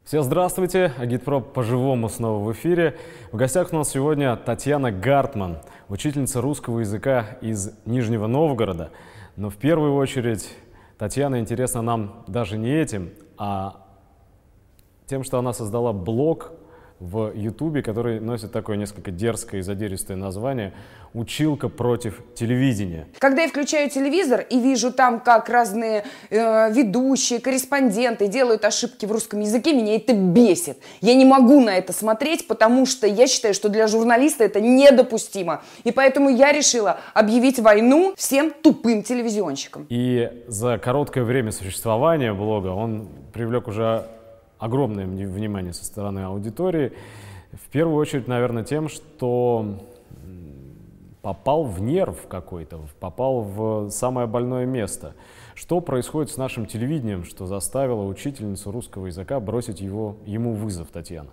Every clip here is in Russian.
Всем здравствуйте! Агитпроп по-живому снова в эфире. В гостях у нас сегодня Татьяна Гартман, учительница русского языка из Нижнего Новгорода. Но в первую очередь Татьяна интересна нам даже не этим, а тем, что она создала блог в Ютубе, который носит такое несколько дерзкое и задиристое название «Училка против телевидения». Когда я включаю телевизор и вижу там, как разные ведущие, корреспонденты делают ошибки в русском языке, меня это бесит. Я не могу на это смотреть, потому что я считаю, что для журналиста это недопустимо. И поэтому я решила объявить войну всем тупым телевизионщикам. И за короткое время существования блога он привлек уже огромное внимание со стороны аудитории. В первую очередь, наверное, тем, что попал в нерв какой-то, попал в самое больное место. Что происходит с нашим телевидением, что заставило учительницу русского языка бросить ему вызов, Татьяна?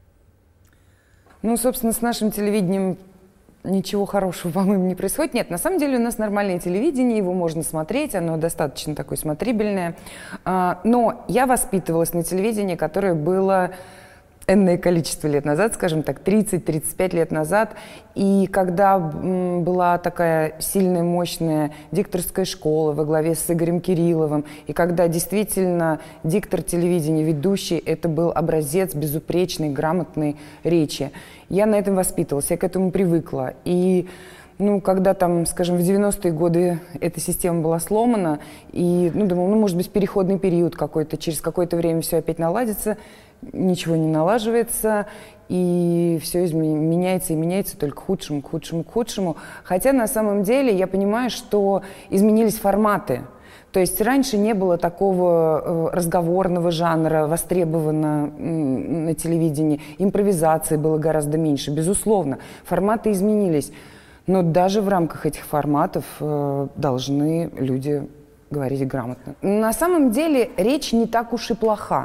Ну, собственно, с нашим телевидением ничего хорошего, по-моему, не происходит. Нет, на самом деле у нас нормальное телевидение, его можно смотреть, оно достаточно такое смотрибельное. Но я воспитывалась на телевидении, которое было энное количество лет назад, скажем так, 30-35 лет назад. И когда была такая сильная, мощная дикторская школа во главе с Игорем Кирилловым, и когда действительно диктор телевидения, ведущий, это был образец безупречной, грамотной речи. Я на этом воспитывалась, я к этому привыкла. И когда там, скажем, в 90-е годы эта система была сломана, и думала, может быть, переходный период какой-то, через какое-то время все опять наладится, ничего не налаживается, и все меняется и меняется только к худшему, к худшему, к худшему. Хотя на самом деле я понимаю, что изменились форматы. То есть раньше не было такого разговорного жанра, востребованного на телевидении. Импровизации было гораздо меньше, безусловно. Форматы изменились. Но даже в рамках этих форматов должны люди говорить грамотно. На самом деле речь не так уж и плоха.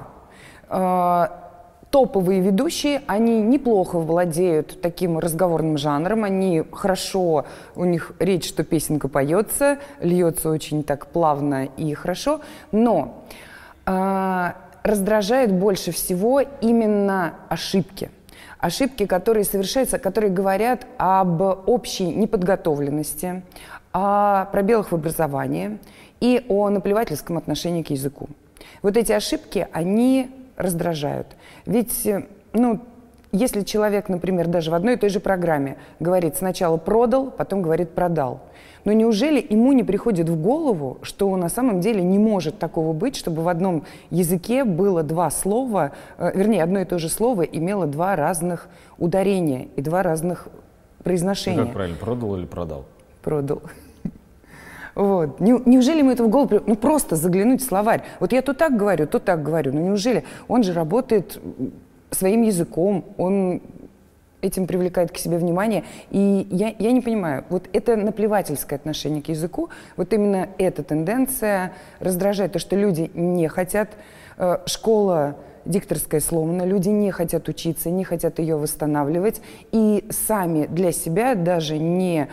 Топовые ведущие, они неплохо владеют таким разговорным жанром, они хорошо, у них речь, что песенка поется, льется очень так плавно и хорошо, но раздражает больше всего именно ошибки. Ошибки, которые совершаются, которые говорят об общей неподготовленности, о пробелах в образовании и о наплевательском отношении к языку. Вот эти ошибки, они раздражают. Ведь, если человек, например, даже в одной и той же программе говорит сначала «продал», потом говорит «продал», но неужели ему не приходит в голову, что на самом деле не может такого быть, чтобы в одном языке было два слова, вернее, одно и то же слово имело два разных ударения и два разных произношения? Как правильно, продал или продал? Продал. Вот. Неужели ему это в голову... просто заглянуть в словарь. Вот я то так говорю, то так говорю. Неужели? Он же работает своим языком, он этим привлекает к себе внимание. И я не понимаю, вот это наплевательское отношение к языку, вот именно эта тенденция раздражает, то, что люди не хотят, школа дикторская сломана, люди не хотят учиться, не хотят ее восстанавливать, и сами для себя даже не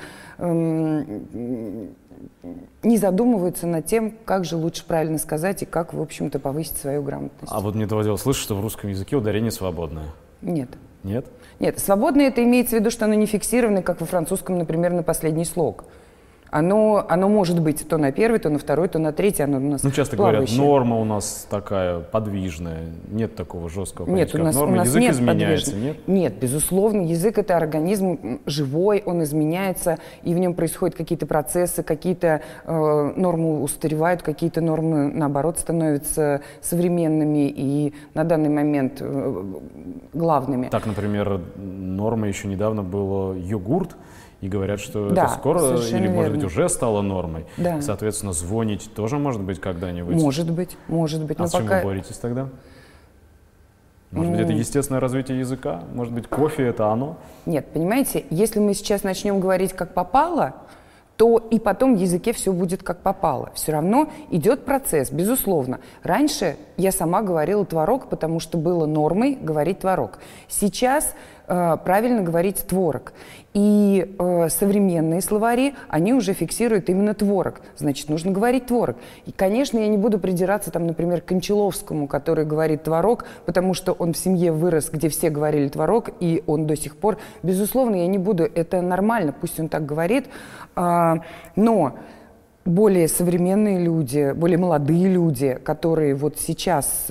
задумываются над тем, как же лучше правильно сказать и как, в общем-то, повысить свою грамотность. А вот мне доводилось слышать, что в русском языке ударение свободное. Нет. Нет? Нет, свободное это имеется в виду, что оно не фиксировано, как во французском, например, на последний слог. Оно может быть то на первый, то на второй, то на третий, оно у нас часто плавающее. Говорят, норма у нас такая подвижная, нет такого жесткого понятия, нет, как норма. У нас язык нет изменяется, нет? Нет, безусловно, язык — это организм живой, он изменяется, и в нем происходят какие-то процессы, какие-то нормы устаревают, какие-то нормы, наоборот, становятся современными и на данный момент главными. Так, например, нормой еще недавно было йогурт, и говорят, что это скоро или, может быть, уже стало нормой. Да. Соответственно, звонить тоже может быть когда-нибудь? Может быть. А с чем вы боретесь тогда? Может быть, это естественное развитие языка? Может быть, кофе — это оно? Нет, понимаете, если мы сейчас начнем говорить как попало, то и потом в языке все будет как попало. Все равно идет процесс, безусловно. Раньше я сама говорила творог, потому что было нормой говорить творог. Сейчас правильно говорить творог. И современные словари, они уже фиксируют именно творог. Значит, нужно говорить творог. И, конечно, я не буду придираться, там, например, к Кончаловскому, который говорит творог, потому что он в семье вырос, где все говорили творог, и он до сих пор. Безусловно, я не буду, это нормально, пусть он так говорит. Но более современные люди, более молодые люди, которые вот сейчас,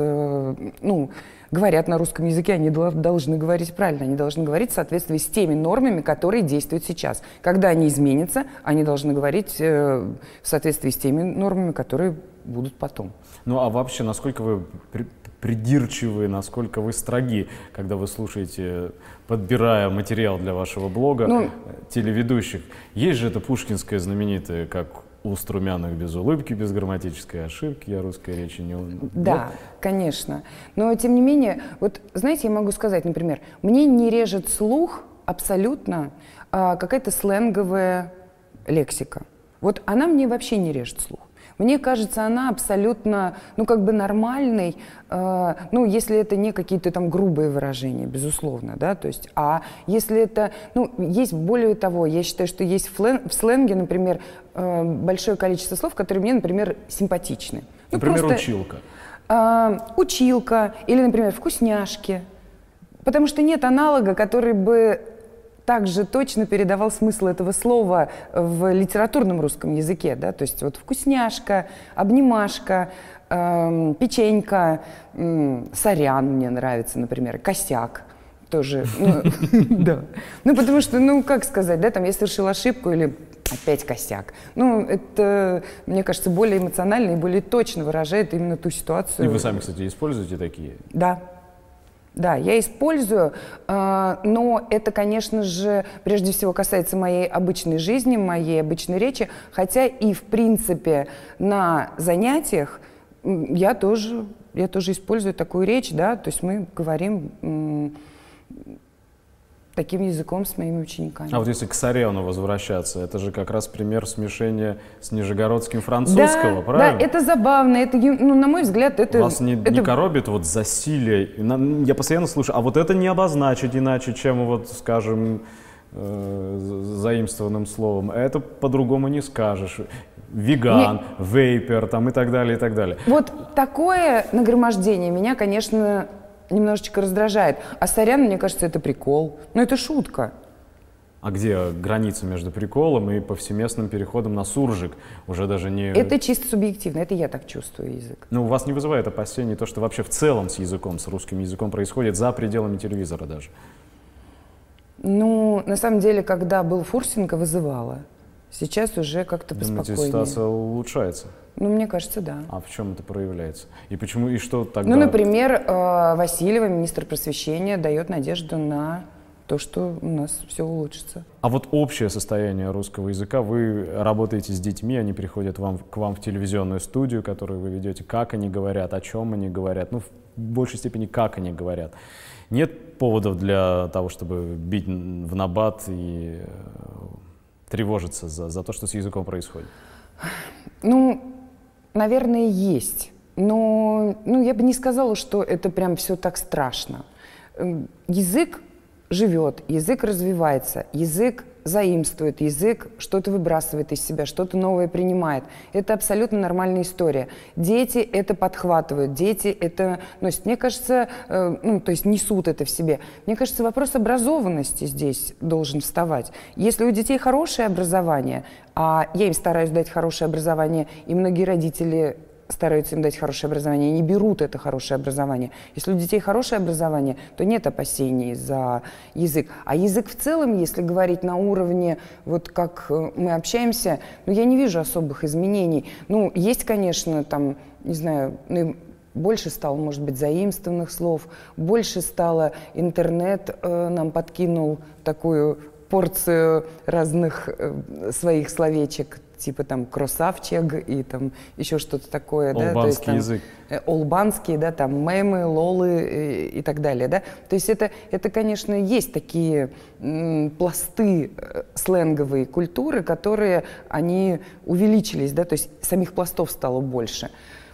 говорят на русском языке, они должны говорить правильно, они должны говорить в соответствии с теми нормами, которые действуют сейчас. Когда они изменятся, они должны говорить в соответствии с теми нормами, которые будут потом. Ну а вообще, насколько вы придирчивы, насколько вы строги, когда вы слушаете, подбирая материал для вашего блога, телеведущих? Есть же это пушкинское знаменитое, как «Уст румяных без улыбки, без грамматической ошибки, я русской речи не умею». Да, конечно. Но, тем не менее, вот, знаете, я могу сказать, например, мне не режет слух абсолютно какая-то сленговая лексика. Вот она мне вообще не режет слух. Мне кажется, она абсолютно, нормальной, если это не какие-то там грубые выражения, безусловно, да, то есть, а если это, есть более того, я считаю, что есть в сленге, например, большое количество слов, которые мне, например, симпатичны. Например, училка. Училка или, например, вкусняшки, потому что нет аналога, который бы также точно передавал смысл этого слова в литературном русском языке, да, то есть вот вкусняшка, обнимашка, печенька, сорян мне нравится, например, косяк тоже, да, потому что, как сказать, да, там я совершил ошибку или опять косяк, это, мне кажется, более эмоционально и более точно выражает именно ту ситуацию. И вы сами, кстати, используете такие? Да, я использую, но это, конечно же, прежде всего касается моей обычной жизни, моей обычной речи, хотя и, в принципе, на занятиях я тоже использую такую речь, да, то есть мы говорим таким языком с моими учениками. А вот если к соряну возвращаться, это же как раз пример смешения с нижегородским французского, правильно? Да, это забавно, это, на мой взгляд, это... Вас не коробит вот засилие? Я постоянно слушаю, а вот это не обозначить иначе, чем вот, скажем, заимствованным словом. Это по-другому не скажешь. Веган, вейпер там и так далее, и так далее. Вот такое нагромождение меня, конечно, немножечко раздражает. А сорян, мне кажется, это прикол. Это шутка. А где граница между приколом и повсеместным переходом на суржик? Уже даже не... Это чисто субъективно, это я так чувствую язык. У вас не вызывает опасений то, что вообще в целом с языком, с русским языком происходит за пределами телевизора даже? На самом деле, когда был Фурсенко, вызывало. Сейчас уже как-то поспокойнее. Думаете, ситуация улучшается? Мне кажется, да. А в чем это проявляется? И почему, и что тогда? Например, Васильева, министр просвещения, дает надежду на то, что у нас все улучшится. А вот общее состояние русского языка, вы работаете с детьми, они приходят к вам в телевизионную студию, которую вы ведете, как они говорят, о чем они говорят, в большей степени, как они говорят. Нет поводов для того, чтобы бить в набат и тревожиться за то, что с языком происходит? Наверное, есть. Но я бы не сказала, что это прям все так страшно. Язык живет, язык развивается, язык заимствует, язык что-то выбрасывает из себя, что-то новое принимает. Это абсолютно нормальная история. Дети это подхватывают, дети это носят. Мне кажется, то есть несут это в себе. Мне кажется, вопрос образованности здесь должен вставать. Если у детей хорошее образование, а я им стараюсь дать хорошее образование, и многие родители стараются им дать хорошее образование, и не берут это хорошее образование. Если у детей хорошее образование, то нет опасений за язык. А язык в целом, если говорить на уровне, вот как мы общаемся, я не вижу особых изменений. Есть, конечно, там, не знаю, больше стало, может быть, заимствованных слов, больше стало интернет нам подкинул такую порцию разных своих словечек, типа там красавчик и там еще что-то такое, да, то есть там язык. Олбанский, да, там мемы, лолы и так далее, да. То есть это, конечно, есть такие пласты сленговой культуры, которые они увеличились, да, то есть самих пластов стало больше.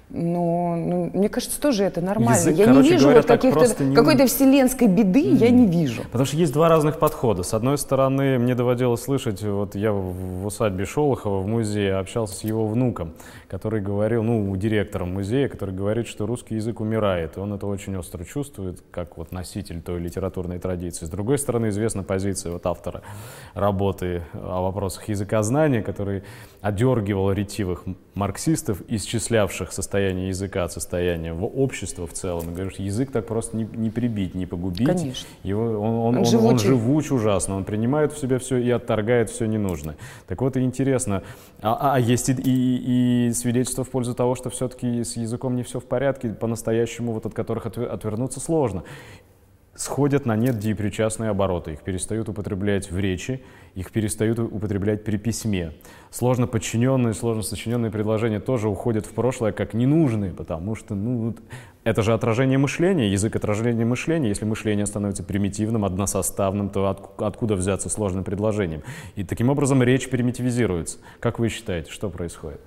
Но мне кажется, тоже это нормально. Язык, я короче не вижу говоря, вот так просто какой-то вселенской беды, я не вижу. Потому что есть два разных подхода. С одной стороны, мне доводилось слышать, вот я в усадьбе Шолохова в музее общался с его внуком, который говорил, директором музея, который говорит, что русский язык умирает, и он это очень остро чувствует, как вот носитель той литературной традиции. С другой стороны, известна позиция вот автора работы о вопросах языкознания, который одергивал ретивых марксистов, исчислявших состояние языка от состояния общества в целом. И говорит, что язык так просто не прибить, не погубить. Конечно. Он живуч ужасно, он принимает в себя все и отторгает все ненужное. Так вот и интересно, есть и свидетельства в пользу того, что все-таки с языком не все в порядке, по-настоящему вот от которых отвернуться сложно. Сходят на нет деепричастные обороты, их перестают употреблять в речи, их перестают употреблять при письме. Сложно подчиненные, сложно сочиненные предложения тоже уходят в прошлое как ненужные, потому что это же отражение мышления, язык отражение мышления. Если мышление становится примитивным, односоставным, то откуда взяться сложным предложением? И таким образом речь примитивизируется. Как вы считаете, что происходит?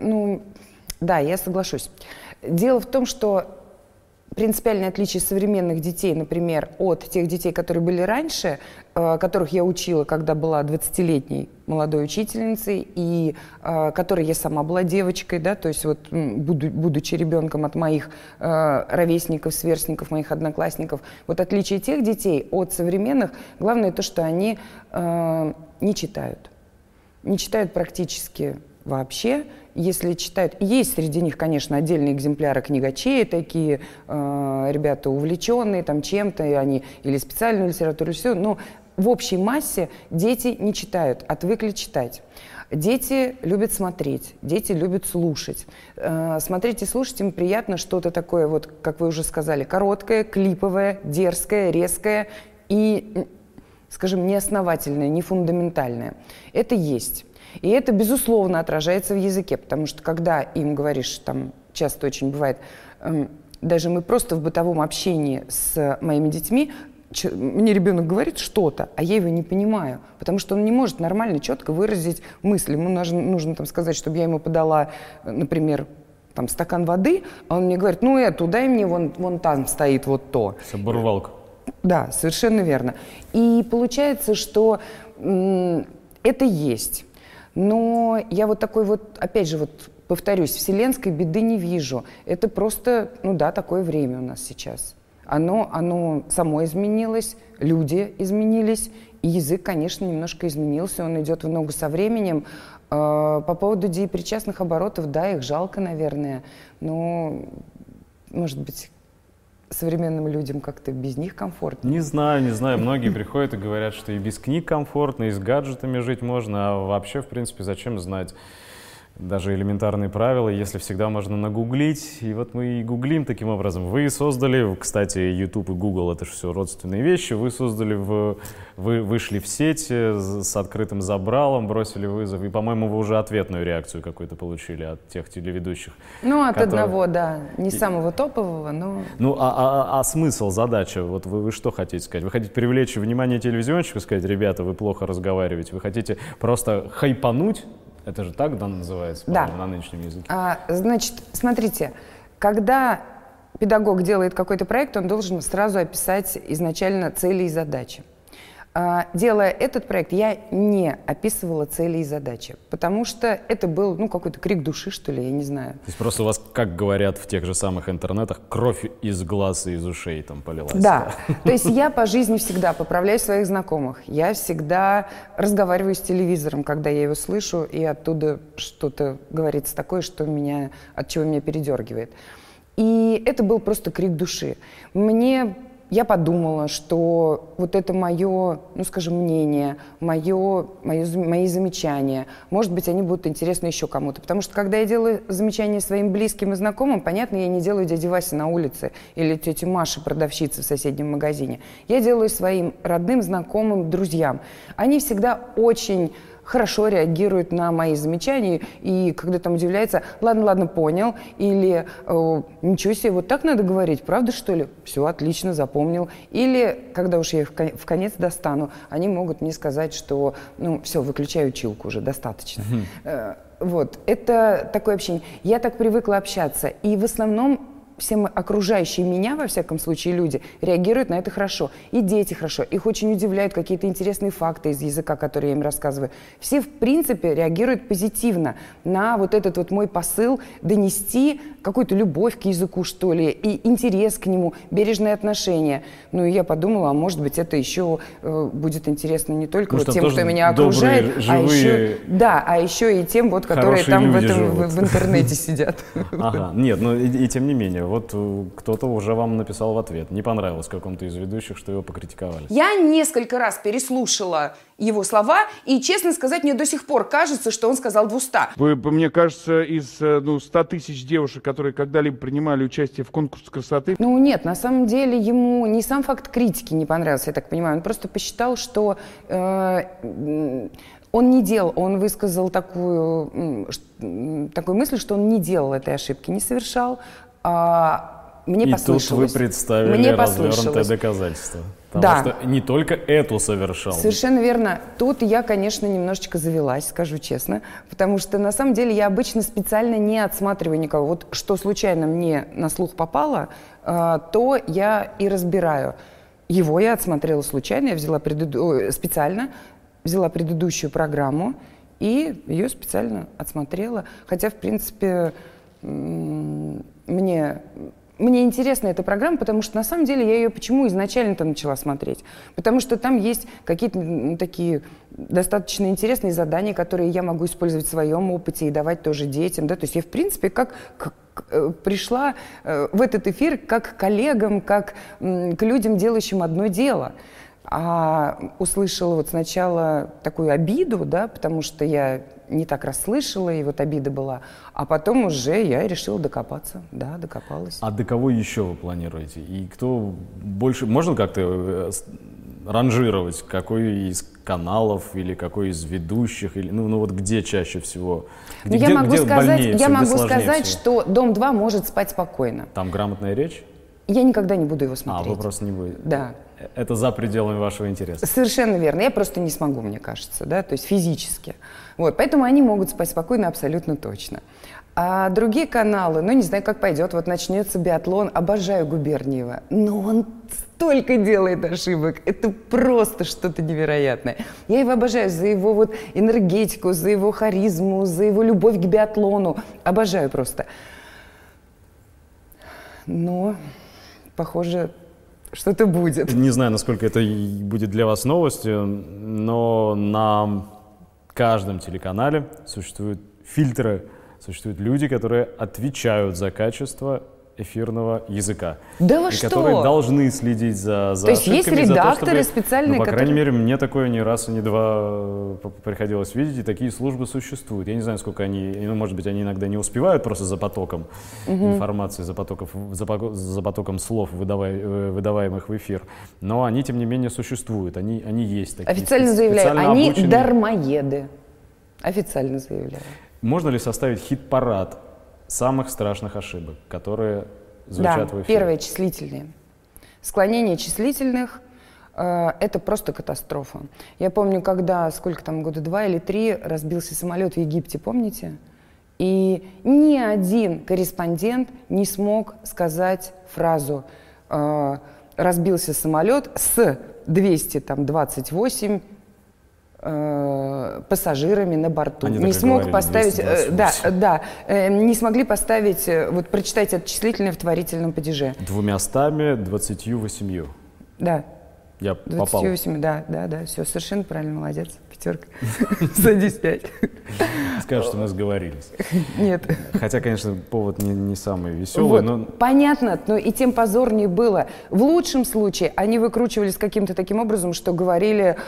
Да, я соглашусь. Дело в том, что принципиальное отличие современных детей, например, от тех детей, которые были раньше, которых я учила, когда была 20-летней молодой учительницей, и которой я сама была девочкой, да, то есть вот будучи ребенком от моих ровесников, сверстников, моих одноклассников, вот отличие тех детей от современных, главное то, что они не читают. Не читают практически вообще. Если читают, есть среди них, конечно, отдельные экземпляры книгачей, такие ребята увлеченные там чем-то, и они или специальную литературу, или все, но в общей массе дети не читают, отвыкли читать. Дети любят смотреть, дети любят слушать. Смотреть и слушать им приятно что-то такое, вот, как вы уже сказали, короткое, клиповое, дерзкое, резкое и, скажем, неосновательное, не фундаментальное. Это есть. И это, безусловно, отражается в языке, потому что когда им говоришь, там часто очень бывает, даже мы просто в бытовом общении с моими детьми, мне ребенок говорит что-то, а я его не понимаю, потому что он не может нормально, четко выразить мысли. Ему нужно там, сказать, чтобы я ему подала, например, там, стакан воды, а он мне говорит, дай мне, вон там стоит вот то. Оборвалка. Да, совершенно верно. И получается, что это есть. Но я вот такой вот, опять же, вот повторюсь, вселенской беды не вижу. Это просто, такое время у нас сейчас. Оно само изменилось, люди изменились, и язык, конечно, немножко изменился, он идет в ногу со временем. По поводу деепричастных оборотов, да, их жалко, наверное, но, может быть, современным людям как-то без них комфортно? Не знаю. Многие приходят и говорят, что и без книг комфортно, и с гаджетами жить можно, а вообще, в принципе, зачем знать даже элементарные правила, если всегда можно нагуглить. И вот мы и гуглим таким образом. Вы создали, кстати, YouTube и Google — это же все родственные вещи, вы вышли в сеть с открытым забралом, бросили вызов, и, по-моему, вы уже ответную реакцию какую-то получили от тех телеведущих. От одного, да, не самого топового, но... А смысл, задача, вот вы что хотите сказать? Вы хотите привлечь внимание телевизионщиков, сказать, ребята, вы плохо разговариваете, вы хотите просто хайпануть? Это же так, да, называется, да, на нынешнем языке? Значит, смотрите, когда педагог делает какой-то проект, он должен сразу описать изначально цели и задачи. Делая этот проект, я не описывала цели и задачи, потому что это был, какой-то крик души, что ли, я не знаю. То есть просто у вас, как говорят в тех же самых интернетах, кровь из глаз и из ушей там полилась. Да, то есть я по жизни всегда поправляю своих знакомых, я всегда разговариваю с телевизором, когда я его слышу, и оттуда что-то говорится такое, от чего меня передергивает. И это был просто крик души. Я подумала, что вот это мое, мнение, мои замечания, может быть, они будут интересны еще кому-то. Потому что, когда я делаю замечания своим близким и знакомым, понятно, я не делаю дяде Васе на улице или тете Маше, продавщице в соседнем магазине. Я делаю своим родным, знакомым, друзьям. Они всегда очень хорошо реагируют на мои замечания, и когда там удивляется, ладно, понял, или ничего себе, вот так надо говорить, правда, что ли? Все, отлично, запомнил. Или, когда уж я их в конец достану, они могут мне сказать, что, все, выключай училку уже, достаточно. Вот, это такое общение. Я так привыкла общаться, и в основном все окружающие меня, во всяком случае, люди реагируют на это хорошо. И дети хорошо. Их очень удивляют какие-то интересные факты из языка, которые я им рассказываю. Все, в принципе, реагируют позитивно на вот этот вот мой посыл донести какую-то любовь к языку, что ли, и интерес к нему, бережное отношение. Ну, и я подумала, а может быть, это еще будет интересно не только вот тем, кто меня окружает, живые, а еще и тем, вот, которые там в интернете сидят. Ага, нет, но и тем не менее. Вот кто-то уже вам написал в ответ. Не понравилось какому-то из ведущих, что его покритиковали. Я несколько раз переслушала его слова, и, честно сказать, мне до сих пор кажется, что он сказал в уста. Мне кажется, из 100 тысяч девушек, которые когда-либо принимали участие в конкурсе красоты... Ну нет, на самом деле ему не сам факт критики не понравился, я так понимаю. Он просто посчитал, что... Он не делал, он высказал такую мысль, что он не делал этой ошибки, не совершал. Мне послышалось. И тут вы представили развернутое доказательство. Потому что не только эту совершал. Совершенно верно. Тут я, конечно, немножечко завелась, скажу честно. Потому что, на самом деле, я обычно специально не отсматриваю никого. Вот что случайно мне на слух попало, то я и разбираю. Его я отсмотрела случайно, я взяла специально взяла предыдущую программу и ее специально отсмотрела. Хотя, в принципе, мне интересна эта программа, потому что на самом деле я ее почему изначально-то начала смотреть? Потому что там есть какие-то такие достаточно интересные задания, которые я могу использовать в своем опыте и давать тоже детям. Да? То есть я, в принципе, пришла в этот эфир как к коллегам, как к людям, делающим одно дело. А услышала вот сначала такую обиду, да, потому что я не так расслышала, и вот обида была. А потом уже я решила докопаться. Да, докопалась. А до кого еще вы планируете? И кто больше... Можно как-то ранжировать, какой из каналов или какой из ведущих? Или, ну вот где чаще всего? Я могу сказать, что «Дом-2» может спать спокойно. Там грамотная речь? Я никогда не буду его смотреть. А, вы просто не будете? Да. Это за пределами вашего интереса? Совершенно верно. Я просто не смогу, мне кажется, да, то есть физически. Вот, поэтому они могут спать спокойно абсолютно точно. А другие каналы, ну, не знаю, как пойдет. Вот начнется биатлон. Обожаю Губерниева. Но он столько делает ошибок. Это просто что-то невероятное. Я его обожаю за его вот энергетику, за его харизму, за его любовь к биатлону. Обожаю просто. Но, похоже, что-то будет. Не знаю, насколько это будет для вас новостью, но на каждом телеканале существуют фильтры, существуют люди, которые отвечают за качество эфирного языка. Да вы что? Которые должны следить за То есть есть редакторы специальные, по крайней мере, мне такое ни раз и ни два приходилось видеть, и такие службы существуют. Я не знаю, сколько они, ну, может быть, они иногда не успевают просто за потоком информации, за потоком слов, выдаваемых в эфир, но они, тем не менее, существуют, они есть такие. Официально заявляю, они дармоеды. Официально заявляю. Можно ли составить хит-парад самых страшных ошибок, которые звучат в эфире? Да, первые числительные. Склонение числительных это просто катастрофа. Я помню, когда, сколько там, года 2 или 3, разбился самолет в Египте, помните? И ни один корреспондент не смог сказать фразу «разбился самолет с 228 пассажирами на борту». Они не смог поставить, не смогли поставить, вот прочитайте это числительное в творительном падеже. 228. Да. Я попал. 28, да, все, совершенно правильно, молодец, пятерка. Садись 5. Скажешь, что мы сговорились. Нет. Хотя, конечно, повод не самый веселый, вот, но... Понятно, но и тем позорнее было. В лучшем случае они выкручивались каким-то таким образом, что говорили,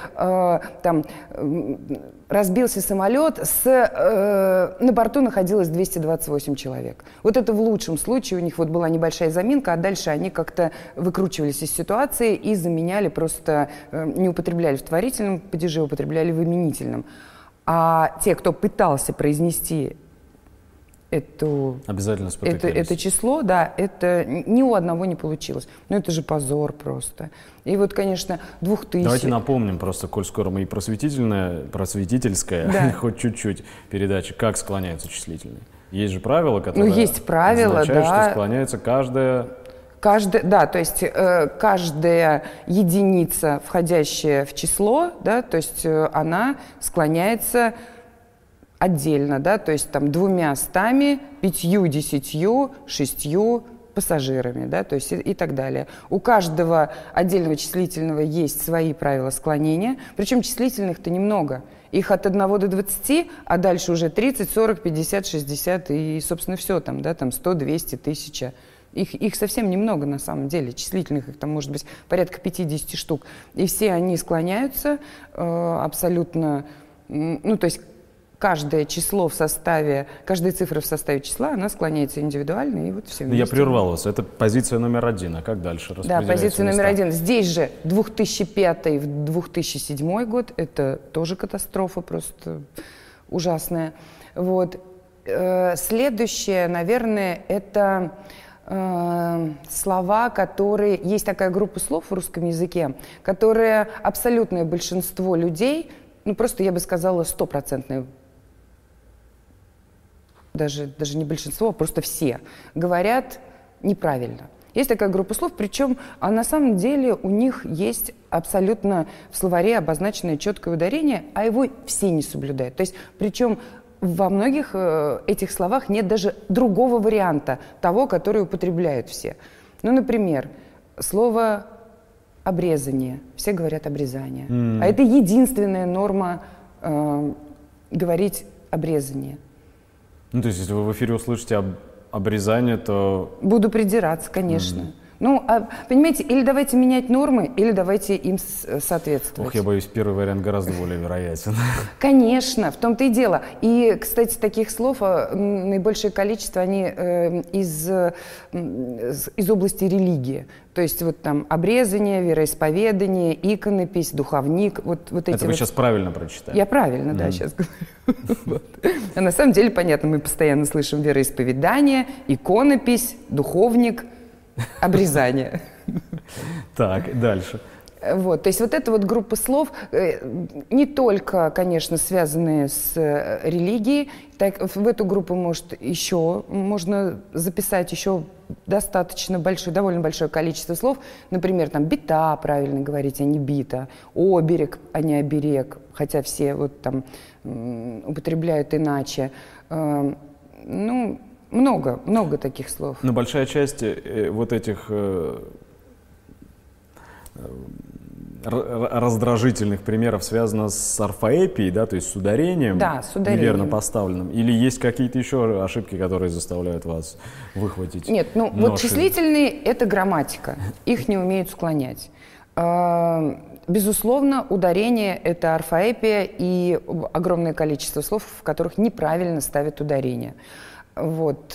разбился самолет, на борту находилось 228 человек. Вот это в лучшем случае, у них вот была небольшая заминка, а дальше они как-то выкручивались из ситуации и заменяли, просто не употребляли в творительном падеже, употребляли в именительном. А те, кто пытался произнести Обязательно спотыкались. это число, да, это ни у одного не получилось. Ну, это же позор просто. И вот, конечно, 2000... Давайте напомним просто, коль скоро мы и просветительская, да. хоть чуть-чуть передача, как склоняются числительные. Есть же правила, которые есть правила, означают, да. что склоняется каждая... Да, то есть каждая единица, входящая в число, да, то есть она склоняется отдельно, да, то есть там 200, 5, 10, 6 пассажирами, да, то есть и так далее. У каждого отдельного числительного есть свои правила склонения, причем числительных-то немного. Их от 1 до 20, а дальше уже 30, 40, 50, 60 и, собственно, все там, да, там 100, 200, 1000. Их совсем немного на самом деле, числительных, их там может быть порядка 50 штук. И все они склоняются абсолютно, ну, то есть каждое число в составе, каждая цифра в составе числа, она склоняется индивидуально, и вот все вместе. Я прервал вас. Это позиция номер 1. А как дальше распределяется? Да, позиция номер 1. Здесь же 2005 в 2007 год. Это тоже катастрофа просто ужасная. Вот. Следующее, наверное, это слова, которые... Есть такая группа слов в русском языке, которые абсолютное большинство людей, ну просто я бы сказала 100%, даже не большинство, а просто все, говорят неправильно. Есть такая группа слов, причем на самом деле у них есть абсолютно в словаре обозначенное четкое ударение, а его все не соблюдают. То есть, причем во многих этих словах нет даже другого варианта того, который употребляют все. Ну, например, слово обрезание. Все говорят обрезание. А это единственная норма говорить обрезание. Ну, то есть, если вы в эфире услышите обрезание, то... Буду придираться, конечно. Ну, понимаете, или давайте менять нормы, или давайте им соответствовать. Ох, я боюсь, первый вариант гораздо более вероятен. Конечно, в том-то и дело. И, кстати, таких слов наибольшее количество, они из области религии. То есть вот там обрезание, вероисповедание, иконопись, духовник. Вот эти Это вы сейчас правильно прочитали? Я правильно, да, сейчас говорю. А на самом деле, понятно, мы постоянно слышим вероисповедание, иконопись, духовник, обрезание. Так, дальше. Вот, то есть вот эта вот группа слов, не только, конечно, связанные с религией, так, в эту группу можно записать еще достаточно большое, довольно большое количество слов. Например, там бита, правильно говорить, а не бита, оберег, а не оберег, хотя все вот там употребляют иначе. Ну, много таких слов. Но большая часть вот этих раздражительных примеров связана с орфоэпией, да, то есть с ударением, да, с ударением, неверно поставленным? Или есть какие-то еще ошибки, которые заставляют вас выхватить? Нет, ну вот числительные — это грамматика, их не умеют склонять. Безусловно, ударение — это орфоэпия и огромное количество слов, в которых неправильно ставят ударение. Вот.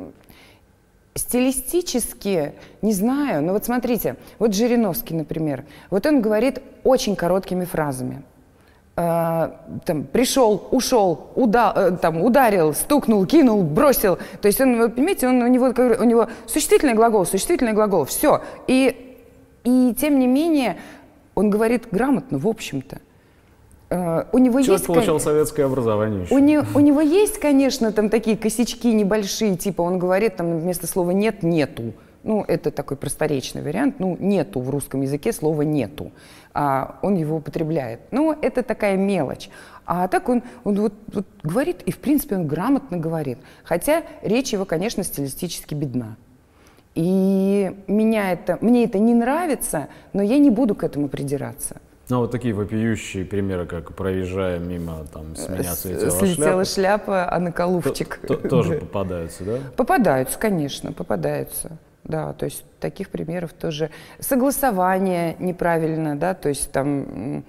Стилистически, не знаю, но вот смотрите, вот Жириновский, например, вот он говорит очень короткими фразами. Там, пришел, ушел, ударил, стукнул, кинул, бросил. То есть он, вы понимаете, у него существительный глагол, все. И тем не менее он говорит грамотно, в общем-то. У него Человек получал советское образование еще. У него есть, конечно, там такие косячки небольшие, типа он говорит там вместо слова «нет» — «нету». Ну, это такой просторечный вариант. Ну, «нету» в русском языке слова «нету». Он его употребляет. Ну, это такая мелочь. А так он вот говорит, и в принципе он грамотно говорит. Хотя речь его, конечно, стилистически бедна. И мне это не нравится, но я не буду к этому придираться. Ну, вот такие вопиющие примеры, как проезжая мимо, там, с меня слетела шляпа, а на колувчик. Тоже попадаются, да? Попадаются, конечно, попадаются. Да, то есть таких примеров тоже. Согласование неправильно, да, то есть там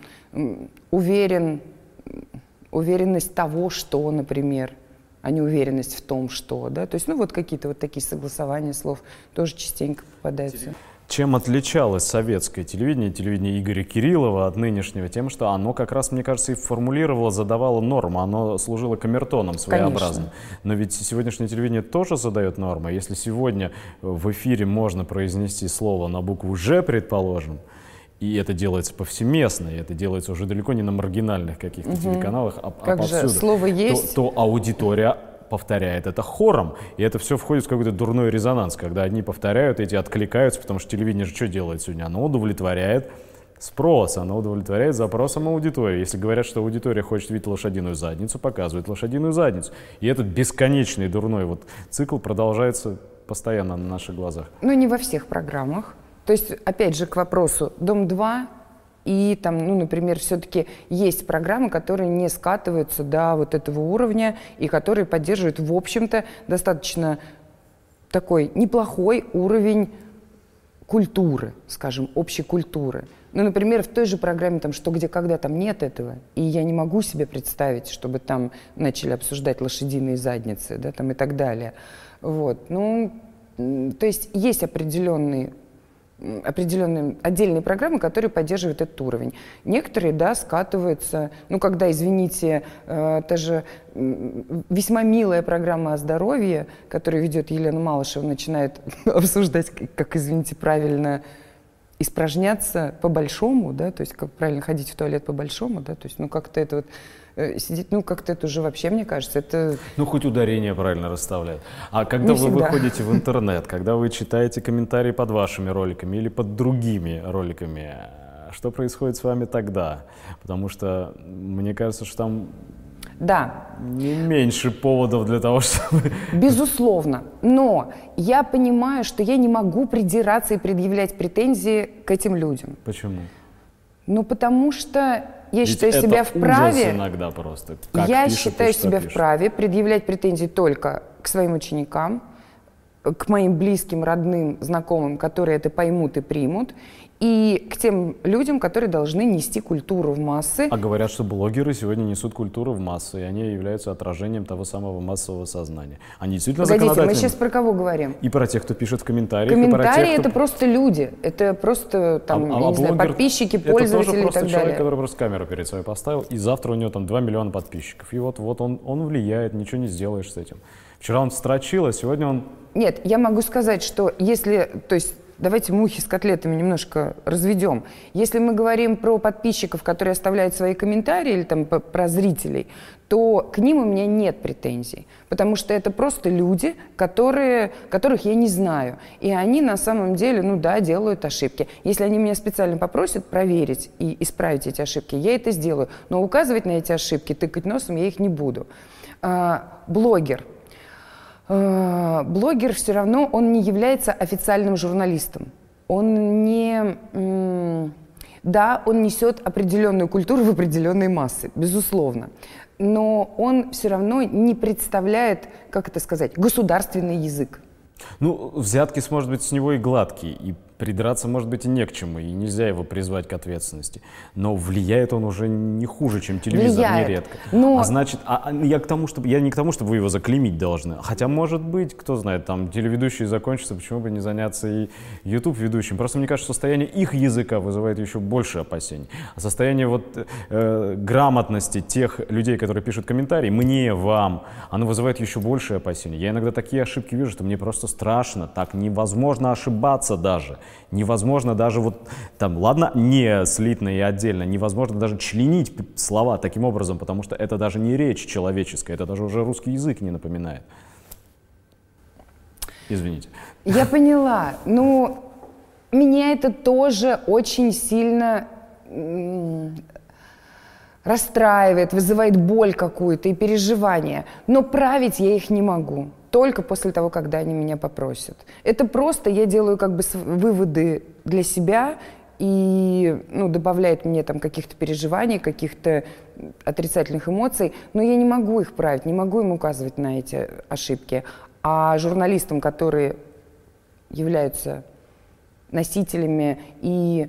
уверенность того, что, например, а не уверенность в том, что, да, то есть, ну, вот какие-то вот такие согласования слов тоже частенько попадаются. Чем отличалось советское телевидение, телевидение Игоря Кириллова от нынешнего? Тем, что оно как раз, мне кажется, и формулировало, задавало нормы, оно служило камертоном своеобразным. Конечно. Но ведь сегодняшнее телевидение тоже задает нормы. Если сегодня в эфире можно произнести слово на букву «Ж», предположим, и это делается повсеместно, и это делается уже далеко не на маргинальных каких-то телеканалах, а повсюду, слово есть. То аудитория повторяет это хором, и это все входит в какой-то дурной резонанс, когда одни повторяют, эти откликаются, потому что телевидение же что делает сегодня? Оно удовлетворяет спрос, оно удовлетворяет запросам аудитории. Если говорят, что аудитория хочет видеть лошадиную задницу, показывает лошадиную задницу. И этот бесконечный дурной вот цикл продолжается постоянно на наших глазах. Ну, не во всех программах. То есть, опять же, к вопросу «Дом-2», и там, ну, например, все-таки есть программы, которые не скатываются до вот этого уровня и которые поддерживают, в общем-то, достаточно такой неплохой уровень культуры, скажем, общей культуры. Ну, например, в той же программе там «Что, где, когда» там нет этого, и я не могу себе представить, чтобы там начали обсуждать лошадиные задницы, да, там и так далее. Вот, ну, то есть есть определенные отдельные программы, которые поддерживают этот уровень. Некоторые, да, скатываются, ну, когда, извините, та же весьма милая программа о здоровье, которую ведет Елена Малышева, начинает обсуждать, как, извините, правильно испражняться по-большому, да, то есть как правильно ходить в туалет по-большому, да, то есть, ну, как-то это вот сидеть, ну, как-то это уже вообще, мне кажется, это... Ну, хоть ударение правильно расставляют. А когда вы выходите в интернет, когда вы читаете комментарии под вашими роликами или под другими роликами, что происходит с вами тогда? Потому что мне кажется, что там не меньше поводов для того, чтобы... Безусловно. Но я понимаю, что я не могу придираться и предъявлять претензии к этим людям. Почему? Ну, потому что я считаю себя вправе... иногда просто. Я считаю себя вправе предъявлять претензии только к своим ученикам, к моим близким, родным, знакомым, которые это поймут и примут, и к тем людям, которые должны нести культуру в массы. А говорят, что блогеры сегодня несут культуру в массы, и они являются отражением того самого массового сознания. Они действительно законодательны. Мы сейчас про кого говорим? И про тех, кто пишет в комментариях. Комментарии — это просто люди, это просто там, я не знаю, подписчики, пользователи и так далее. Это тоже просто человек, который просто камеру перед собой поставил, и завтра у него там 2 миллиона подписчиков. И вот он влияет, ничего не сделаешь с этим. Вчера он строчил, а сегодня он... Нет, я могу сказать, что если, то есть, давайте мухи с котлетами немножко разведем. Если мы говорим про подписчиков, которые оставляют свои комментарии, или там про зрителей, то к ним у меня нет претензий. Потому что это просто люди, которых я не знаю. И они на самом деле, ну да, делают ошибки. Если они меня специально попросят проверить и исправить эти ошибки, я это сделаю. Но указывать на эти ошибки, тыкать носом я их не буду. Блогер все равно, он не является официальным журналистом. Он не... Да, он несет определенную культуру в определенные массы, безусловно. Но он все равно не представляет, как это сказать, государственный язык. Ну, взятки, может быть, с него и гладкие, и придраться, может быть, и не к чему, и нельзя его призвать к ответственности. Но влияет он уже не хуже, чем телевизор, нередко. Но... А значит, я не к тому, чтобы вы его заклеймить должны. Хотя, может быть, кто знает, там телеведущие закончатся, почему бы не заняться и YouTube-ведущим. Просто мне кажется, состояние их языка вызывает еще больше опасений. А состояние грамотности тех людей, которые пишут комментарии, мне, вам, оно вызывает еще больше опасений. Я иногда такие ошибки вижу, что мне просто страшно. Так невозможно ошибаться даже. Невозможно даже ладно, не слитно и отдельно, невозможно даже членить слова таким образом, потому что это даже не речь человеческая, это даже уже русский язык не напоминает. Извините. Я поняла. Ну, меня это тоже очень сильно расстраивает, вызывает боль какую-то и переживания. Но править я их не могу. Только после того, когда они меня попросят. Это просто я делаю как бы выводы для себя и добавляет мне там каких-то переживаний, каких-то отрицательных эмоций, но я не могу их править, не могу им указывать на эти ошибки. А журналистам, которые являются носителями и,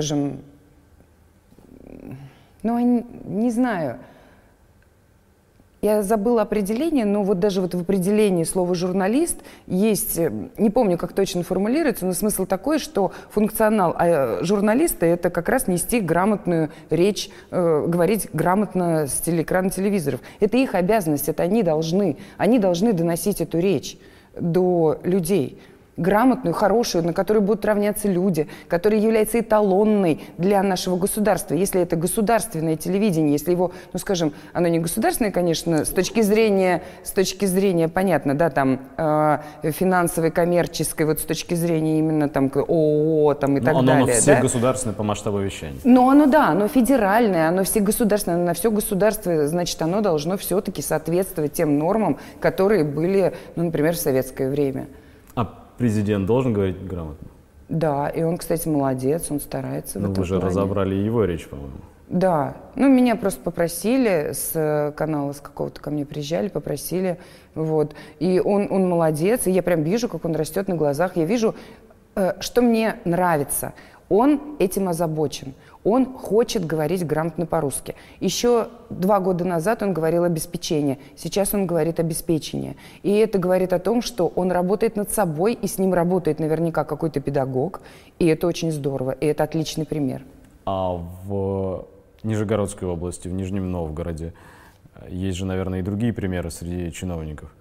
не знаю, Я забыла определение, но вот даже вот в определении слова «журналист» есть, не помню, как точно формулируется, но смысл такой, что функционал журналиста — это как раз нести грамотную речь, говорить грамотно с телеэкрана телевизоров. Это их обязанность, это они должны доносить эту речь до людей. Грамотную, хорошую, на которой будут равняться люди, которая является эталонной для нашего государства. Если это государственное телевидение, если его, ну скажем, оно не государственное, конечно, с точки зрения, понятно, да, там финансовой, коммерческой, вот с точки зрения именно там ООО там, и так далее. Оно все да? государственное по масштабу вещания. Но оно, да, оно федеральное, оно всегосударственное, оно на все государство, значит, оно должно все-таки соответствовать тем нормам, которые были, ну, например, в советское время. Президент должен говорить грамотно? Да, и он, кстати, молодец, он старается в этом вы же плане. разобрали его речь, по-моему. Да, ну меня просто попросили с канала, с какого-то ко мне приезжали, попросили, вот. И он молодец, и я прям вижу, как он растет на глазах, я вижу, что мне нравится. Он этим озабочен. Он хочет говорить грамотно по-русски. Еще 2 года назад он говорил обеспечение, сейчас он говорит обеспечение. И это говорит о том, что он работает над собой, и с ним работает наверняка какой-то педагог, и это очень здорово, и это отличный пример. А в Нижегородской области, в Нижнем Новгороде, есть же, наверное, и другие примеры среди чиновников.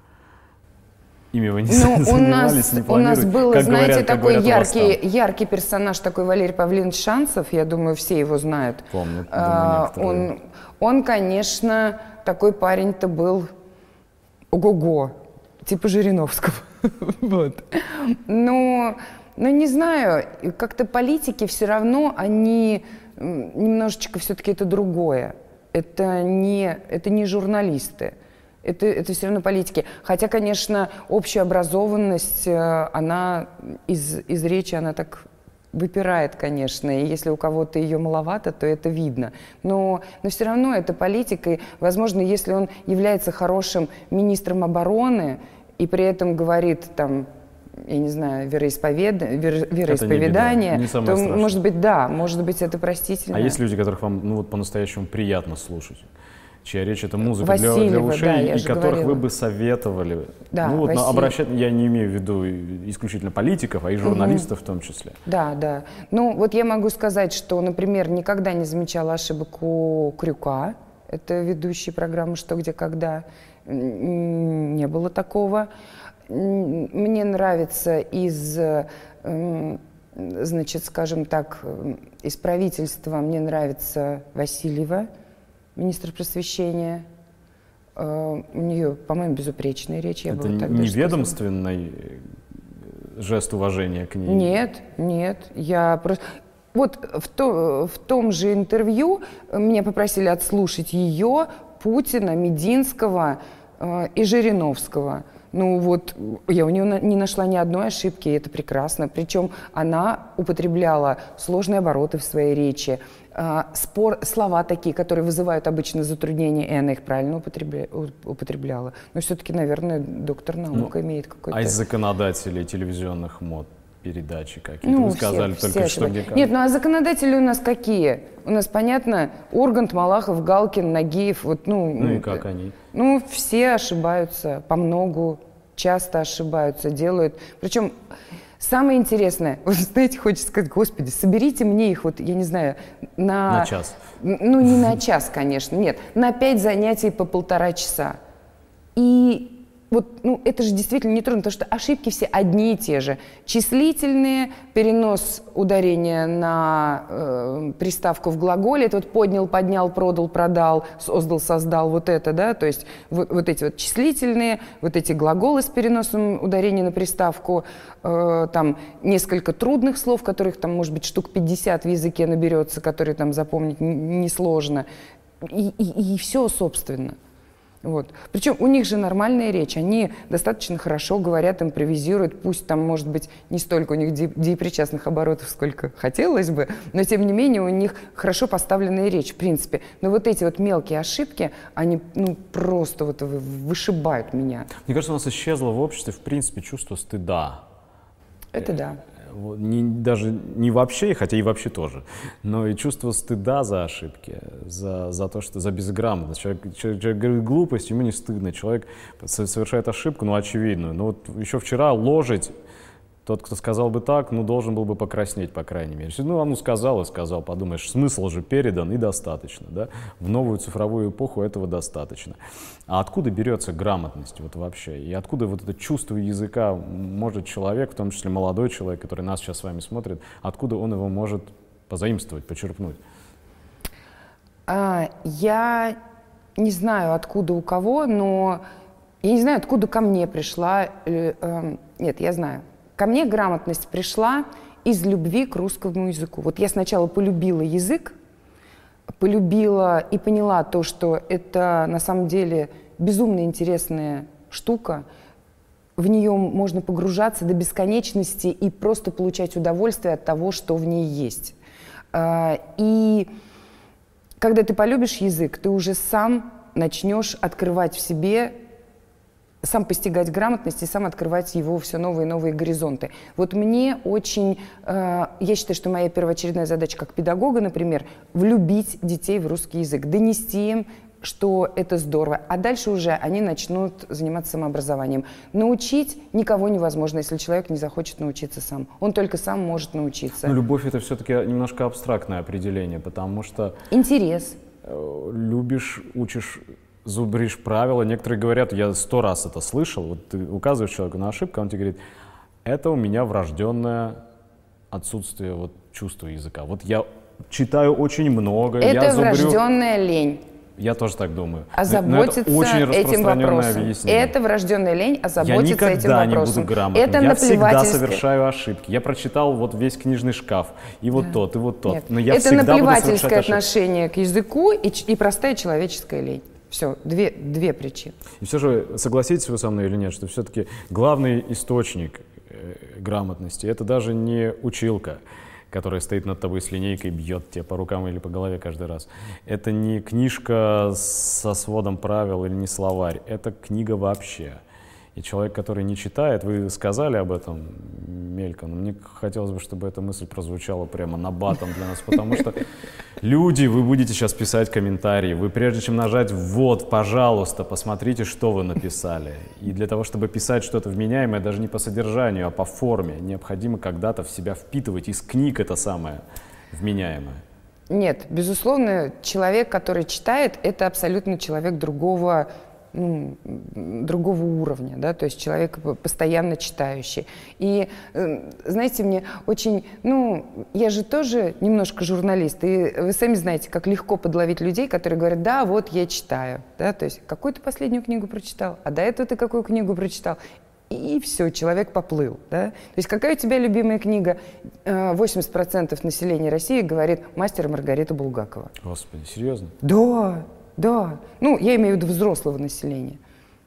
Ими вы не занимались, не планируете? У нас был, как знаете, говорят, такой яркий персонаж, такой Валерий Павлович Шанцев, я думаю, все его знают. Помню, думаю, он, конечно, такой парень-то был ого-го, типа Жириновского. Вот. Но не знаю, как-то политики все равно, они немножечко все-таки это другое. Это не журналисты. Это все равно политики. Хотя, конечно, общая образованность, она из речи, она так выпирает, конечно. И если у кого-то ее маловато, то это видно. Но все равно это политика. И, возможно, если он является хорошим министром обороны и при этом говорит там, я не знаю, вероисповедание, то, может быть, да, может быть, это простительно. А есть люди, которых вам по-настоящему приятно слушать? Чья речь — это музыка для ушей, да, и которых вы бы советовали. Да, обращать, я не имею в виду исключительно политиков, а и журналистов в том числе. Да, да. Ну, вот я могу сказать, что, например, никогда не замечала ошибок у Крюка. Это ведущий программы «Что, где, когда». Не было такого. Мне нравится значит, скажем так, из правительства мне нравится Васильева, министр просвещения. У нее, по-моему, безупречная речь. Это не ведомственный жест уважения к ней? Нет. Я просто... Вот в том же интервью меня попросили отслушать ее, Путина, Мединского и Жириновского. Ну вот, я у нее не нашла ни одной ошибки, и это прекрасно. Причем она употребляла сложные обороты в своей речи, слова такие, которые вызывают обычно затруднения, и она их правильно употребляла. Но все-таки, наверное, доктор наук имеет какой-то... А из законодателей телевизионных мод передачи какие-то? Вы сказали только что, где как. Нет, ну а законодатели у нас какие? У нас, понятно, Ургант, Малахов, Галкин, Нагиев. Вот, ну и как они? Ну, все ошибаются, помногу, часто ошибаются, делают. Причем самое интересное, вот знаете, хочется сказать, господи, соберите мне их, вот, я не знаю, на час. Ну, не на час, конечно, нет, на 5 занятий по 1,5 часа. И вот, ну, это же действительно не трудно, потому что ошибки все одни и те же. Числительные, перенос ударения на приставку в глаголе, это вот поднял, поднял, продал, продал, создал, создал, вот это, да, то есть вот эти вот числительные, вот эти глаголы с переносом ударения на приставку, там несколько трудных слов, которых там, может быть, штук 50 в языке наберется, которые там запомнить несложно, и все, собственно. Вот. Причем у них же нормальная речь, они достаточно хорошо говорят, импровизируют, пусть там, может быть, не столько у них деепричастных оборотов, сколько хотелось бы, но, тем не менее, у них хорошо поставленная речь, в принципе. Но вот эти вот мелкие ошибки, они, ну, просто вот вышибают меня. Мне кажется, у нас исчезло в обществе, в принципе, чувство стыда. Это да. даже не вообще, хотя и вообще тоже, но и чувство стыда за ошибки, за то, что за безграмотность. Человек говорит глупость, ему не стыдно. Человек совершает ошибку, ну, очевидную. Но вот еще вчера ложить, тот, кто сказал бы так, ну, должен был бы покраснеть, по крайней мере. Ну, он сказал и сказал, подумаешь, смысл же передан и достаточно, да? В новую цифровую эпоху этого достаточно. А откуда берется грамотность вот вообще? И откуда вот это чувство языка может человек, в том числе молодой человек, который нас сейчас с вами смотрит, откуда он его может позаимствовать, почерпнуть? Я не знаю, откуда у кого, но я не знаю, откуда ко мне пришла. Нет, я знаю. Ко мне грамотность пришла из любви к русскому языку. Вот я сначала полюбила язык, полюбила и поняла то, что это на самом деле безумно интересная штука. В нее можно погружаться до бесконечности и просто получать удовольствие от того, что в ней есть. И когда ты полюбишь язык, ты уже сам начнешь открывать в себе, сам постигать грамотность и сам открывать его все новые и новые горизонты. Вот мне очень, я считаю, что моя первоочередная задача как педагога, например, влюбить детей в русский язык, донести им, что это здорово, а дальше уже они начнут заниматься самообразованием. Научить никого невозможно, если человек не захочет научиться сам. Он только сам может научиться. Но любовь — это все-таки немножко абстрактное определение, потому что... Интерес. Любишь, учишь, зубришь правила. Некоторые говорят, я 100 раз это слышал, вот ты указываешь человеку на ошибку, он тебе говорит, это у меня врожденное отсутствие вот, чувства языка. Вот я читаю очень много, это я зубрю... врожденная лень. Я тоже так думаю. Озаботиться этим вопросом. Объяснение. Это врожденная лень, озаботиться этим вопросом. Я никогда не буду грамотным. Это я всегда совершаю ошибки. Я прочитал вот весь книжный шкаф, и вот тот, и вот тот. Нет. Но я это всегда наплевательское отношение к языку и простая человеческая лень. Все, две причины. И все же, согласитесь вы со мной или нет, что все-таки главный источник грамотности — это даже не училка, которая стоит над тобой с линейкой, бьет тебя по рукам или по голове каждый раз. Это не книжка со сводом правил или не словарь, это книга вообще. И человек, который не читает, вы сказали об этом мельком, но мне хотелось бы, чтобы эта мысль прозвучала прямо набатом для нас, потому что люди, вы будете сейчас писать комментарии, вы прежде чем нажать «вот», пожалуйста, посмотрите, что вы написали. И для того, чтобы писать что-то вменяемое, даже не по содержанию, а по форме, необходимо когда-то в себя впитывать из книг это самое вменяемое. Нет, безусловно, человек, который читает, это абсолютно человек другого уровня, да, то есть человек постоянно читающий. И, знаете, мне очень, я же тоже немножко журналист, и вы сами знаете, как легко подловить людей, которые говорят, да, вот я читаю, да, то есть какую ты последнюю книгу прочитал, а до этого ты какую книгу прочитал? И все, человек поплыл, да. То есть какая у тебя любимая книга? 80% населения России говорит «Мастер и Маргарита» Булгакова. Господи, серьезно? Да. Да, я имею в виду взрослого населения.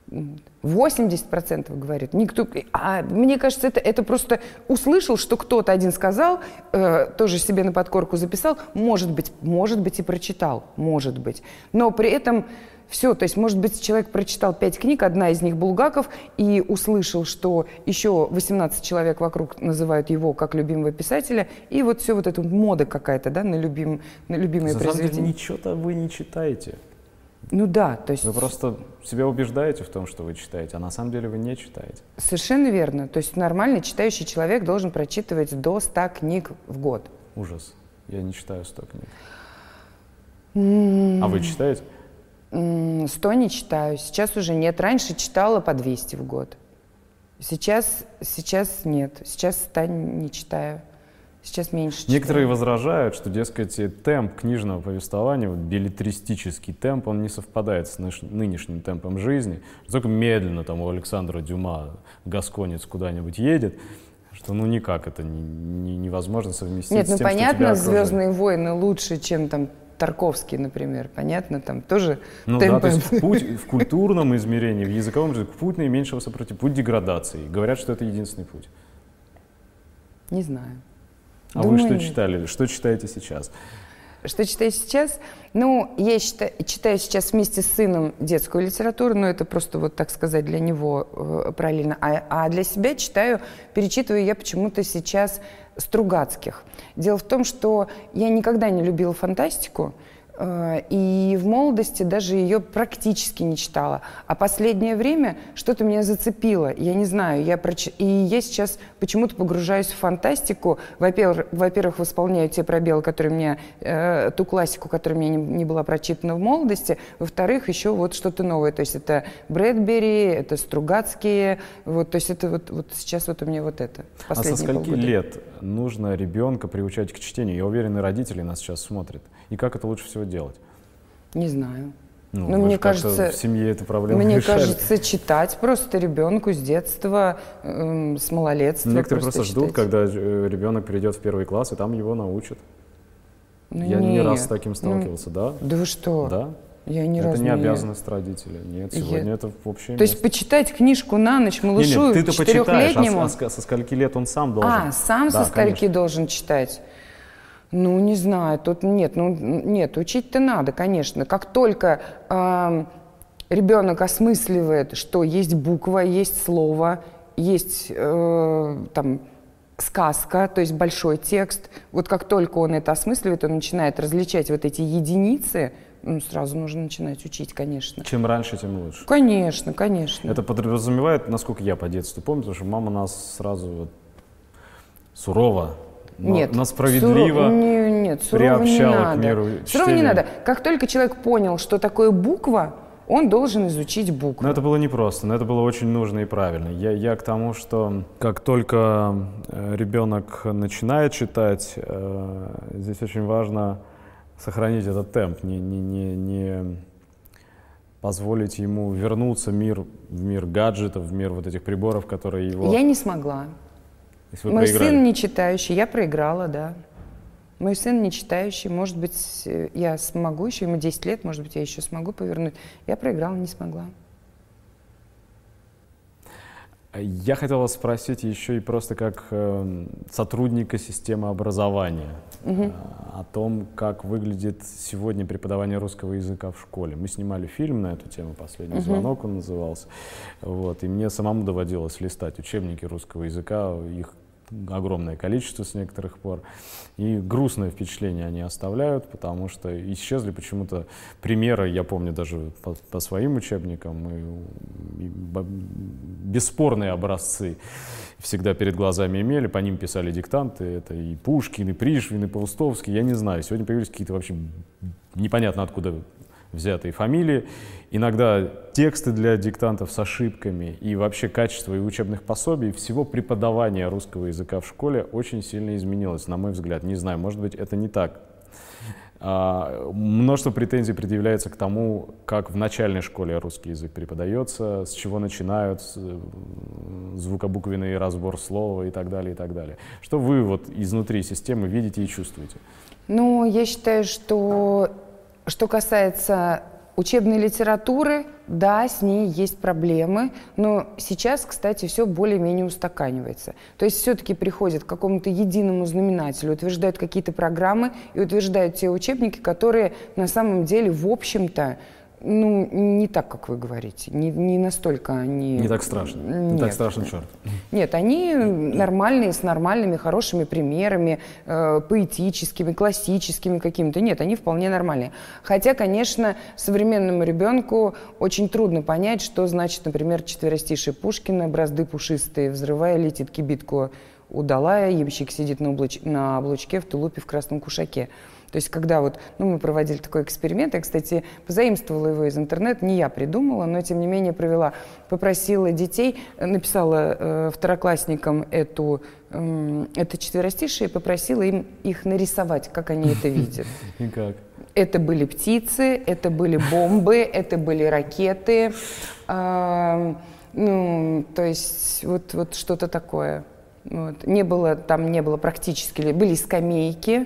80% говорит. Никто, мне кажется, это просто услышал, что кто-то один сказал, тоже себе на подкорку записал, может быть и прочитал, может быть. Но при этом все, то есть, может быть, человек прочитал 5 книг, одна из них Булгаков, и услышал, что еще 18 человек вокруг называют его как любимого писателя, и вот все вот эта мода какая-то, да, на любимые произведения. На самом деле, ничего-то вы не читаете. Ну да, то есть... Вы просто себя убеждаете в том, что вы читаете, а на самом деле вы не читаете. Совершенно верно. То есть нормальный читающий человек должен прочитывать до 100 книг в год. Ужас. Я не читаю 100 книг. А вы читаете? 100 не читаю. Сейчас уже нет. Раньше читала по 200 в год. Сейчас нет. Сейчас 100 не читаю. Сейчас меньше читаю. Некоторые возражают, что, дескать, темп книжного повествования, вот беллетристический темп, он не совпадает с нынешним темпом жизни. Только медленно там у Александра Дюма гасконец куда-нибудь едет, что никак это невозможно совместить Нет, с тем, понятно, что тебя окружает. «Звездные войны» лучше, чем там Тарковский, например. Понятно, там тоже темпы. Да, то есть путь в культурном измерении, в языковом измерении, путь наименьшего сопротивления, путь деградации. Говорят, что это единственный путь. Не знаю. А вы что читали? Что читаете сейчас? Что читаю сейчас? Ну, я читаю сейчас вместе с сыном детскую литературу, но это просто, вот так сказать, для него параллельно. А для себя перечитываю я почему-то сейчас Стругацких. Дело в том, что я никогда не любила фантастику, и в молодости даже ее практически не читала. А последнее время что-то меня зацепило. Я не знаю, и я сейчас почему-то погружаюсь в фантастику. Во-первых, восполняю те пробелы, которые мне, ту классику, которая мне не была прочитана в молодости. Во-вторых, еще вот что-то новое. То есть это Брэдбери, это Стругацкие. Вот, то есть это вот сейчас вот у меня вот это. А со скольки лет нужно ребенка приучать к чтению? Я уверен, и родители нас сейчас смотрят. И как это лучше всего делать? Не знаю. Ну, но мне кажется, в семье эту проблему мне решали. кажется, читать просто ребенку с детства, с малолетства. Некоторые просто ждут, когда ребенок перейдет в 1 класс, и там его научат. Ну, я не раз с таким сталкивался, да? Да вы что? Да. Я ни это разу не обязанность родителя. Нет, сегодня это общее место. То есть почитать книжку на ночь малышу ты-то почитаешь, 4-летнему? Со скольки лет он сам должен? Сам да, со скольки конечно. должен читать? Ну, не знаю, тут нет, учить-то надо, конечно. Как только ребенок осмысливает, что есть буква, есть слово, есть там сказка, то есть большой текст, вот как только он это осмысливает, он начинает различать вот эти единицы, сразу нужно начинать учить, конечно. Чем раньше, тем лучше. Конечно, конечно. Это подразумевает, насколько я по детству помню, потому что мама нас сразу сурово, но справедливо приобщала к миру чтения. Сурово не надо. Как только человек понял, что такое буква, он должен изучить букву. Но это было непросто, но это было очень нужно и правильно. Я к тому, что как только ребенок начинает читать, здесь очень важно сохранить этот темп, не позволить ему вернуться в мир гаджетов, в мир вот этих приборов, которые его... Я не смогла. Мой сын не читающий, я проиграла, да. Мой сын не читающий, может быть, я смогу еще, ему 10 лет, может быть, я еще смогу повернуть. Я проиграла, не смогла. Я хотел вас спросить еще и просто как сотрудника системы образования о том, как выглядит сегодня преподавание русского языка в школе. Мы снимали фильм на эту тему, «Последний звонок» он назывался. Вот, и мне самому доводилось листать учебники русского языка, их огромное количество с некоторых пор. И грустное впечатление они оставляют, потому что исчезли почему-то примеры, я помню даже по своим учебникам, и бесспорные образцы всегда перед глазами имели, по ним писали диктанты, это и Пушкин, и Пришвин, и Паустовский, я не знаю, сегодня появились какие-то вообще непонятно откуда взятые фамилии, иногда тексты для диктантов с ошибками, и вообще качество и учебных пособий, всего преподавания русского языка в школе очень сильно изменилось, на мой взгляд. Не знаю, может быть, это не так. Множество претензий предъявляется к тому, как в начальной школе русский язык преподается, с чего начинают, звукобуквенный разбор слова и так далее, и так далее. Что вы вот изнутри системы видите и чувствуете? Ну, я считаю, что касается учебной литературы, да, с ней есть проблемы, но сейчас, кстати, все более-менее устаканивается. То есть все-таки приходят к какому-то единому знаменателю, утверждают какие-то программы и утверждают те учебники, которые на самом деле, в общем-то, ну, не так, как вы говорите, не настолько они... Не так страшно, не так страшен черт. Нет, они нормальные, с нормальными, хорошими примерами, поэтическими, классическими какими-то. Нет, они вполне нормальные. Хотя, конечно, современному ребенку очень трудно понять, что значит, например, четверостишие Пушкина: «Бразды пушистые, взрывая, летит кибитку удалая, ямщик сидит на облучке в тулупе в красном кушаке». То есть, когда вот, мы проводили такой эксперимент, я, кстати, позаимствовала его из интернета, не я придумала, но, тем не менее, попросила детей, написала второклассникам это четверостишие и попросила им их нарисовать, как они это видят. И как? Это были птицы, это были бомбы, это были ракеты, то есть, вот что-то такое. Вот. Там не было практически, были скамейки.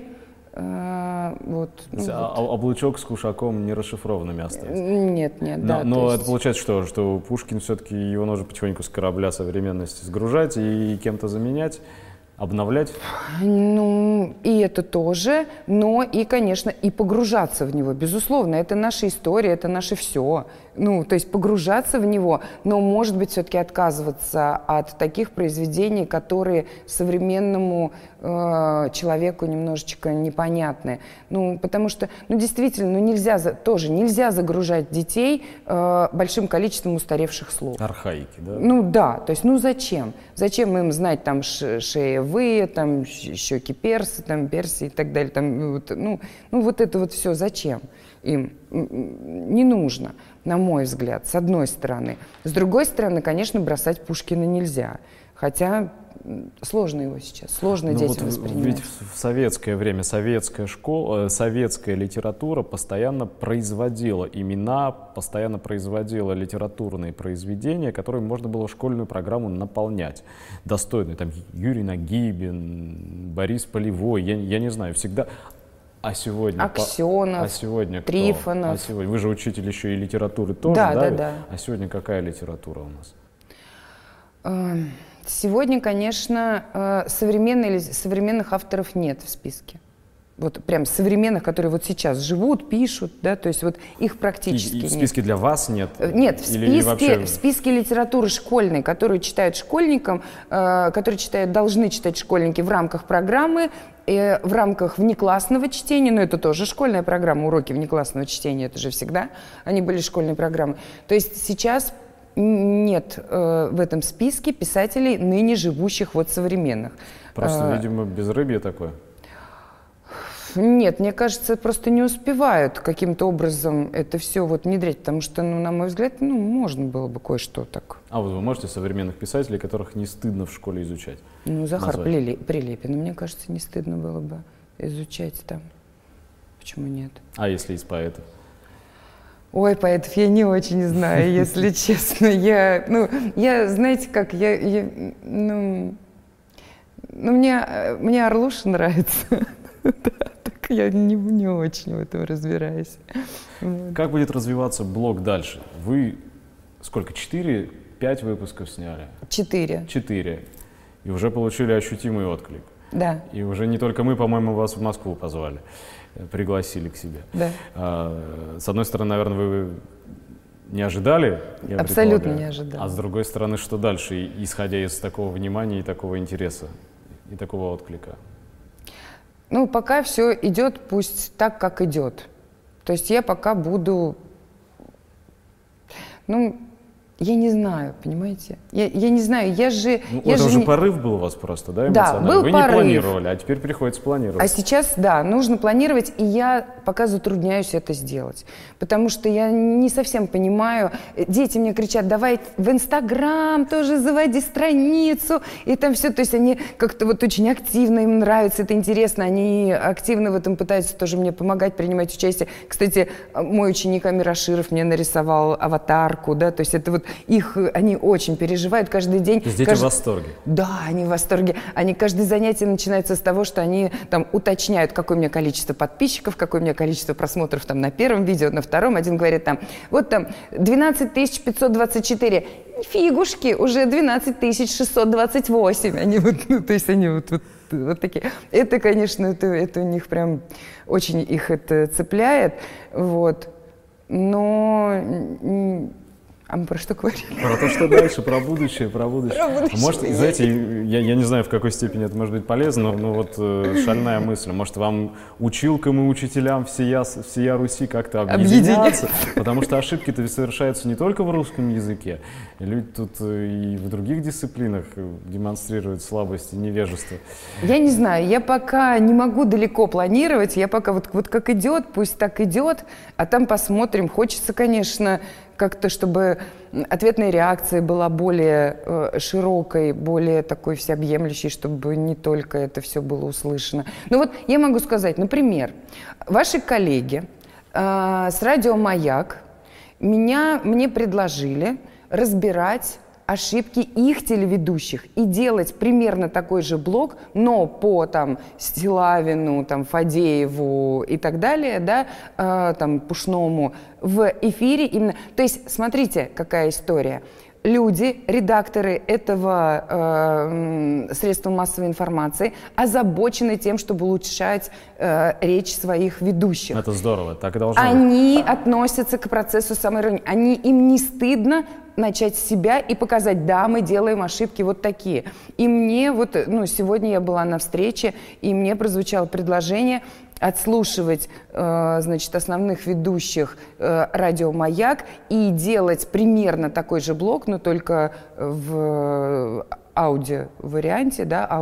Облучок с кушаком не расшифрованными остались? Нет, да. Но это получается что Пушкин все-таки его нужно потихоньку с корабля современности сгружать и кем-то заменять? обновлять? Ну, и это тоже, но и, конечно, и погружаться в него, безусловно. Это наша история, это наше все. Ну, то есть погружаться в него, но, может быть, все-таки отказываться от таких произведений, которые современному человеку немножечко непонятны. Ну, потому что, ну, действительно, ну, нельзя загружать детей большим количеством устаревших слов. Архаики, да? Ну, да, то есть, ну, зачем? Зачем им знать там шеевые, там щеки персы, там перси и так далее, там, вот, ну, вот это вот все зачем им? Не нужно, на мой взгляд, с одной стороны. С другой стороны, конечно, бросать Пушкина нельзя, хотя сложно его сейчас, сложно детям вот воспринимать. Ведь в советское время советская школа, советская литература постоянно производила имена, постоянно производила литературные произведения, которые можно было школьную программу наполнять. Достойные, там Юрий Нагибин, Борис Полевой, я не знаю, всегда... А сегодня... Аксенов, Трифонов. А сегодня? Вы же учитель еще и литературы тоже, да? Да. А сегодня какая литература у нас? Сегодня, конечно, современных авторов нет в списке. Вот прям современных, которые вот сейчас живут, пишут, да, то есть вот их практически нет. В списке для вас нет? Нет, в списке литературы школьной, которую читают школьникам, должны читать школьники в рамках программы, в рамках внеклассного чтения, но это тоже школьная программа, уроки внеклассного чтения, это же всегда, они были школьной программой. То есть сейчас нет в этом списке писателей, ныне живущих, вот современных. Просто, видимо, безрыбье такое? Нет, мне кажется, просто не успевают каким-то образом это все вот внедрять, потому что, ну, на мой взгляд, ну, можно было бы кое-что так. А вот вы можете современных писателей, которых не стыдно в школе изучать? Ну, Захар Прилепин, мне кажется, не стыдно было бы изучать там. Почему нет? А если из поэтов? Ой, поэтов я не очень знаю, если честно. Знаете как, мне Орлуша нравится. Так я не очень в этом разбираюсь. Как будет развиваться блог дальше? Вы сколько, 4-5 выпусков сняли? 4. 4. И уже получили ощутимый отклик. Да. И уже не только мы, по-моему, вас в Москву позвали, пригласили к себе. Да. С одной стороны, наверное, вы не ожидали? Абсолютно не ожидали. А с другой стороны, что дальше, исходя из такого внимания и такого интереса, и такого отклика? Ну, пока все идет, пусть так, как идет. То есть я пока буду... Ну, я не знаю, понимаете? Я не знаю, это уже порыв был у вас просто, да, эмоциональный? Да, был Вы порыв. не планировали, а теперь приходится планировать. А сейчас, да, нужно планировать, и я пока затрудняюсь это сделать. Потому что я не совсем понимаю. Дети мне кричат: давай в Инстаграм тоже заводи страницу. И там все, то есть они как-то вот очень активно, им нравится, это интересно. Они активно в этом пытаются тоже мне помогать, принимать участие. Кстати, мой ученик Амир Аширов мне нарисовал аватарку, да, то есть это вот они очень переживают каждый день. То есть дети в восторге? Да, они в восторге. Они каждое занятие начинается с того, что они там уточняют, какое у меня количество подписчиков, какое у меня количество просмотров там на первом видео, на втором. Один говорит там, вот там 12 524. Фигушки, уже 12 628. Они вот, ну, то есть они вот такие. Это, конечно, это у них прям очень их это цепляет. Вот. Но... А мы про что говорим? Про то, что дальше, про будущее, про будущее. А может, знаете, я не знаю, в какой степени это может быть полезно, но вот шальная мысль. Может, вам, училкам и учителям всея Руси как-то объединяться? Потому что ошибки-то совершаются не только в русском языке. Люди тут и в других дисциплинах демонстрируют слабость и невежество. Я не знаю, я пока не могу далеко планировать. Я пока вот как идет, пусть так идет, а там посмотрим. Хочется, конечно, как-то, чтобы ответная реакция была более широкой, более такой всеобъемлющей, чтобы не только это все было услышано. Ну вот я могу сказать, например, ваши коллеги с радио «Маяк» мне предложили разбирать ошибки их телеведущих и делать примерно такой же блог, но по там Стилавину, там Фадееву и так далее, да, там Пушному в эфире именно. То есть смотрите, какая история. люди, редакторы этого средства массовой информации озабочены тем, чтобы улучшать речь своих ведущих. Это здорово, так и должно быть. Они относятся к процессу самоиронии. Им не стыдно начать с себя и показать, да, мы делаем ошибки вот такие. И мне вот, сегодня я была на встрече, и мне прозвучало предложение отслушивать, значит, основных ведущих радио «Маяк» и делать примерно такой же блог, но только в аудиоварианте,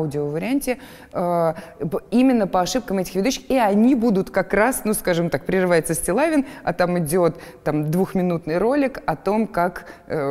именно по ошибкам этих ведущих, и они будут как раз, скажем так, прерывается Стилавин, а там идет двухминутный ролик о том, как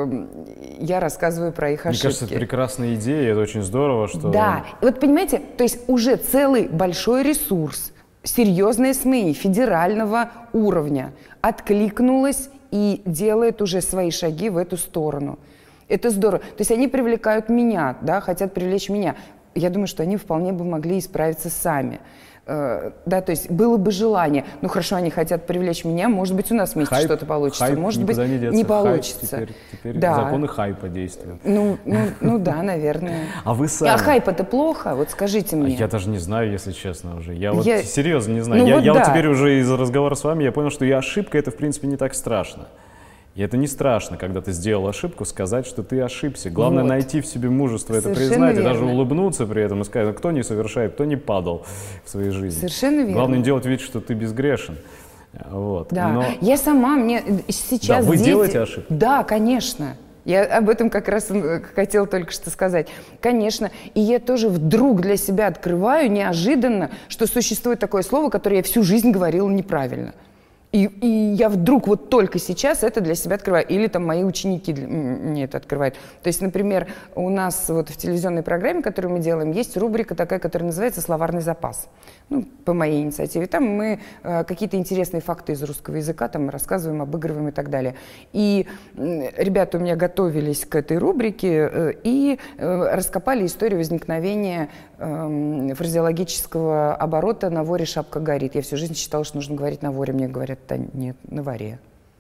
я рассказываю про их ошибки. Мне кажется, это прекрасная идея, это очень здорово, что... Да, и вот понимаете, то есть уже целый большой ресурс, серьезные СМИ федерального уровня откликнулась и делает уже свои шаги в эту сторону. Это здорово. То есть они привлекают меня, да, хотят привлечь меня. Я думаю, что они вполне бы могли исправиться сами. Да, то есть было бы желание. Ну хорошо, они хотят привлечь меня, может быть, у нас вместе что-то получится, хайп может быть, не получится. Теперь да. законы хайпа действуют. Ну да, наверное. А вы сами? А хайп это плохо? Вот скажите мне. Я даже не знаю, если честно уже. Я серьезно не знаю. Я вот теперь уже из разговора с вами я понял, что и ошибка это в принципе не так страшно. И это не страшно, когда ты сделал ошибку, сказать, что ты ошибся. Главное найти в себе мужество это признать, и даже улыбнуться при этом и сказать, кто не совершает, кто не падал в своей жизни. Совершенно верно. Главное делать вид, что ты безгрешен. Вот. Да, я сама, мне сейчас да, вы делаете ошибки? Да, конечно. Я об этом как раз хотела только что сказать. Конечно. И я тоже вдруг для себя открываю неожиданно, что существует такое слово, которое я всю жизнь говорила неправильно. И я вдруг вот только сейчас это для себя открываю. Или там мои ученики мне это открывают. То есть, например, у нас вот в телевизионной программе, которую мы делаем, есть рубрика такая, которая называется «Словарный запас». По моей инициативе. Там мы какие-то интересные факты из русского языка там рассказываем, обыгрываем и так далее. И ребята у меня готовились к этой рубрике и раскопали историю возникновения фразеологического оборота «на воре шапка горит». Я всю жизнь считала, что нужно говорить «на воре». Мне говорят, да нет, на воре.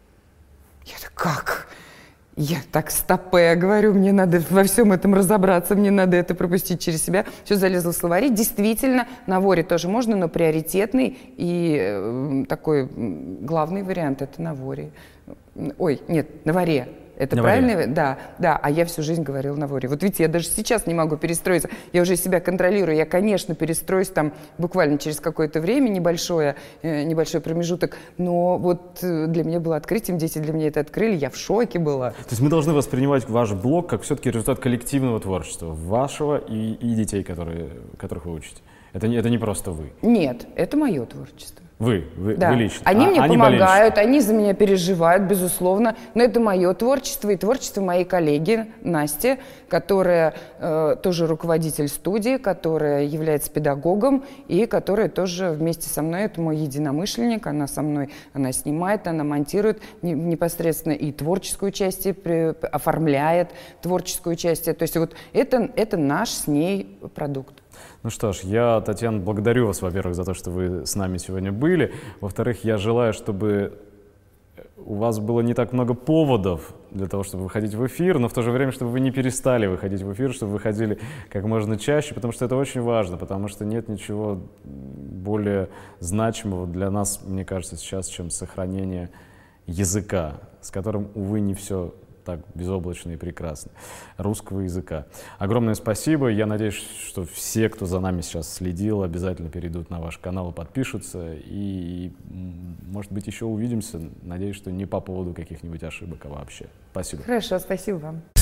Я так, как? Я так, стопэ, говорю, мне надо во всем этом разобраться, мне надо это пропустить через себя. Все залезло в словари. Действительно, на воре тоже можно, но приоритетный и такой главный вариант – это на воре. Ой, нет, на воре. Это правильно? Да, да. А я всю жизнь говорила на воре. Вот видите, я даже сейчас не могу перестроиться. Я уже себя контролирую. Я, конечно, перестроюсь там буквально через какое-то время, небольшой промежуток. Но вот для меня было открытием, дети для меня это открыли, я в шоке была. То есть мы должны воспринимать ваш блог как все-таки результат коллективного творчества, вашего и детей, которых вы учите. Это не просто вы. Нет, это мое творчество. Вы лично. Они мне помогают, они за меня переживают, безусловно. Но это мое творчество и творчество моей коллеги Насти, которая тоже руководитель студии, которая является педагогом и которая тоже вместе со мной, это мой единомышленник, она со мной, она снимает, она монтирует непосредственно и творческую часть, оформляет творческую часть. То есть вот это наш с ней продукт. Ну что ж, я, Татьяна, благодарю вас, во-первых, за то, что вы с нами сегодня были. Во-вторых, я желаю, чтобы у вас было не так много поводов для того, чтобы выходить в эфир, но в то же время, чтобы вы не перестали выходить в эфир, чтобы выходили как можно чаще, потому что это очень важно, потому что нет ничего более значимого для нас, мне кажется, сейчас, чем сохранение языка, с которым, увы, не все так безоблачно и прекрасно, русского языка. Огромное спасибо. Я надеюсь, что все, кто за нами сейчас следил, обязательно перейдут на ваш канал и подпишутся. И, может быть, еще увидимся. Надеюсь, что не по поводу каких-нибудь ошибок, а вообще. Спасибо. Хорошо, спасибо вам.